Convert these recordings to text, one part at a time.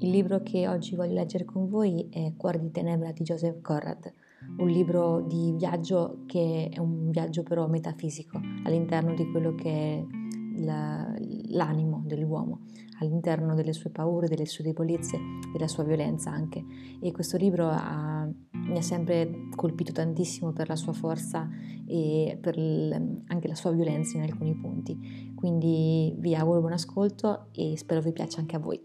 Il libro che oggi voglio leggere con voi è Cuore di tenebra di Joseph Conrad, un libro di viaggio che è un viaggio però metafisico all'interno di quello che è l'animo dell'uomo, all'interno delle sue paure, delle sue debolezze, della sua violenza anche. E questo libro mi ha sempre colpito tantissimo per la sua forza e per anche la sua violenza in alcuni punti. Quindi vi auguro buon ascolto e spero vi piaccia anche a voi.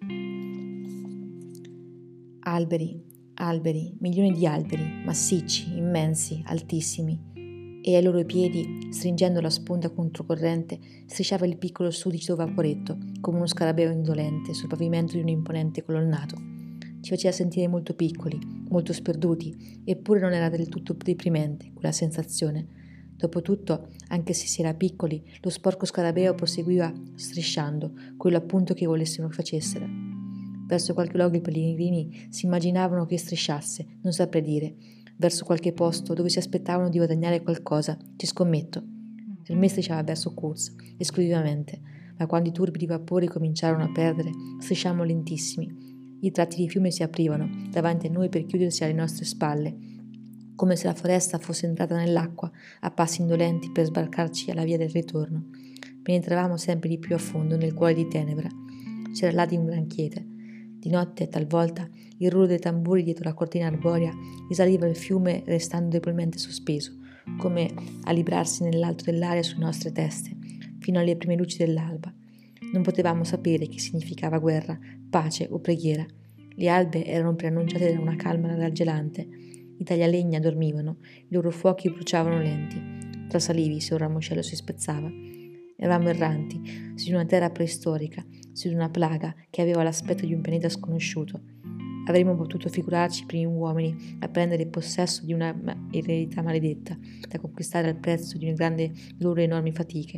Alberi, alberi, milioni di alberi, massicci, immensi, altissimi, e ai loro piedi, stringendo la sponda controcorrente, strisciava il piccolo sudicio vaporetto, come uno scarabeo indolente sul pavimento di un imponente colonnato. Ci faceva sentire molto piccoli, molto sperduti, eppure non era del tutto deprimente quella sensazione. Dopotutto, anche se si era piccoli, lo sporco scarabeo proseguiva strisciando, quello appunto che volessero facessero. Verso qualche luogo i pellegrini si immaginavano che strisciasse, non saprei dire, verso qualche posto dove si aspettavano di guadagnare qualcosa, ci scommetto. Per me strisciava verso Kurz, esclusivamente, ma quando i turbi di vapore cominciarono a perdere, strisciammo lentissimi. I tratti di fiume si aprivano davanti a noi per chiudersi alle nostre spalle, come se la foresta fosse entrata nell'acqua a passi indolenti per sbarcarci alla via del ritorno. Penetravamo sempre di più a fondo nel cuore di tenebra. C'era là di un gran quiete. Di notte, talvolta, il rullo dei tamburi dietro la cortina arborea risaliva il fiume restando debolmente sospeso, come a librarsi nell'alto dell'aria sulle nostre teste, fino alle prime luci dell'alba. Non potevamo sapere che significava guerra, pace o preghiera. Le albe erano preannunciate da una calma raggelante. I taglialegna dormivano, i loro fuochi bruciavano lenti. Tra salivi se un ramoscello si spezzava. Eravamo erranti, su una terra preistorica, su una plaga che aveva l'aspetto di un pianeta sconosciuto. Avremmo potuto figurarci i primi uomini a prendere possesso di una eredità maledetta, da conquistare al prezzo di una loro enormi fatiche.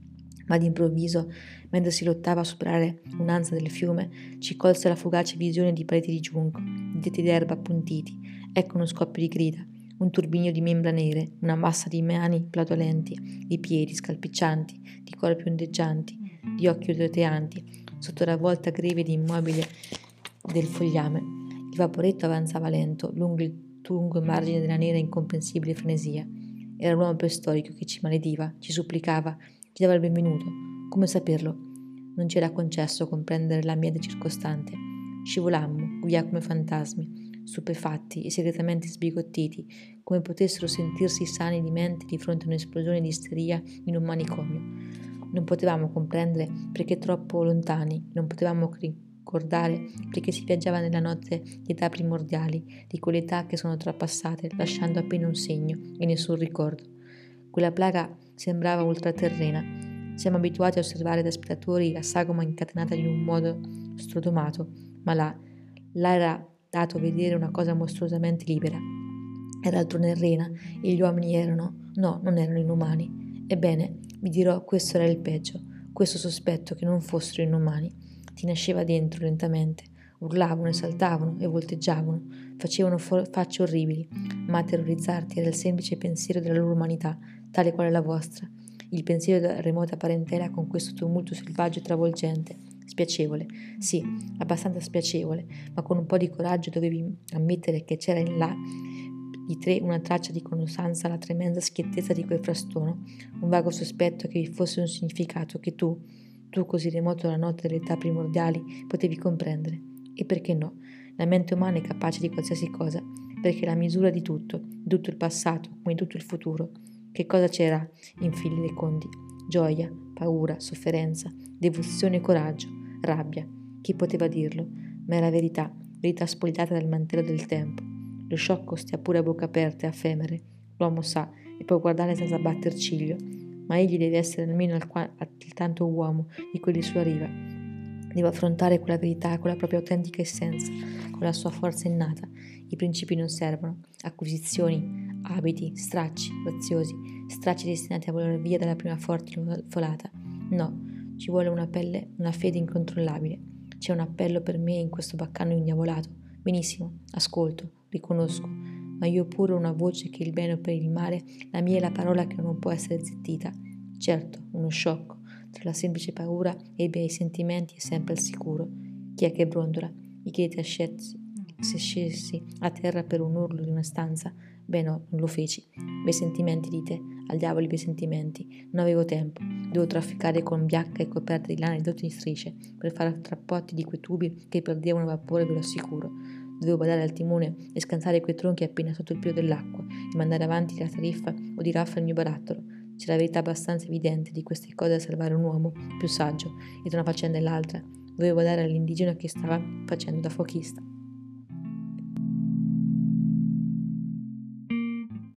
Ma d'improvviso, mentre si lottava a superare un'ansa del fiume, ci colse la fugace visione di pareti di giunco, di tetti d'erba appuntiti. Ecco uno scoppio di grida, un turbinio di membra nere, una massa di mani plaudolenti, di piedi scalpiccianti, di corpi ondeggianti, di occhi odoteanti, sotto la volta greve ed immobile del fogliame. Il vaporetto avanzava lento, lungo il margine della nera e incomprensibile frenesia. Era l'uomo preistorico che ci malediva, ci supplicava, ci dava il benvenuto. Come saperlo? Non ci era concesso comprendere l'ambiente circostante. Scivolammo, via come fantasmi, stupefatti e segretamente sbigottiti, come potessero sentirsi sani di mente di fronte a un'esplosione di isteria in un manicomio. Non potevamo comprendere perché troppo lontani, non potevamo ricordare perché si viaggiava nella notte di età primordiali, di quelle età che sono trapassate, lasciando appena un segno e nessun ricordo. Quella plaga sembrava ultraterrena. Siamo abituati a osservare da spettatori la sagoma incatenata in un modo strodomato, ma là era dato vedere una cosa mostruosamente libera. Era altronerrena e gli uomini non erano inumani. Ebbene, vi dirò, questo era il peggio, questo sospetto che non fossero inumani. Ti nasceva dentro lentamente. Urlavano e saltavano e volteggiavano, facevano facce orribili, ma a terrorizzarti era il semplice pensiero della loro umanità, tale quale la vostra, il pensiero della remota parentela con questo tumulto selvaggio e travolgente, spiacevole, sì, abbastanza spiacevole, ma con un po' di coraggio dovevi ammettere che c'era in là di te una traccia di conoscenza alla tremenda schiettezza di quel frastuono, un vago sospetto che vi fosse un significato che tu così remoto dalla notte delle età primordiali, potevi comprendere. E perché no? La mente umana è capace di qualsiasi cosa, perché è la misura di tutto il passato, come di tutto il futuro. Che cosa c'era in fili dei conti? Gioia, paura, sofferenza, devozione e coraggio, rabbia. Chi poteva dirlo? Ma era verità, verità spogliata dal mantello del tempo. Lo sciocco stia pure a bocca aperta e a fremere. L'uomo sa e può guardare senza batter ciglio, ma egli deve essere almeno altrettanto uomo di quelli sulla riva. Deve affrontare quella verità con la propria autentica essenza, con la sua forza innata. I principi non servono, acquisizioni, abiti, stracci oziosi, stracci destinati a volare via dalla prima forte folata. No, ci vuole una fede incontrollabile. C'è un appello per me in questo baccano indiavolato. Benissimo, ascolto, riconosco, ma io pure ho una voce che il bene o per il male, la mia è la parola che non può essere zittita. Certo, uno sciocco, tra la semplice paura e i bei sentimenti è sempre al sicuro. Chi è che brontola? gli chiedete se scesi a terra per un urlo di una stanza. Beh no, non lo feci. Bei sentimenti, dite? Al diavolo i bei sentimenti. Non avevo tempo. Dovevo trafficare con biacca e coperte di lana e dotti di strisce per fare trappotti di quei tubi che perdevano vapore, ve lo assicuro. Dovevo badare al timone e scansare quei tronchi appena sotto il piede dell'acqua e mandare avanti la tariffa o di raffa il mio barattolo. C'è la verità abbastanza evidente di queste cose da salvare un uomo più saggio, e tra una faccenda e l'altra. Dovevo badare all'indigeno che stava facendo da fuochista.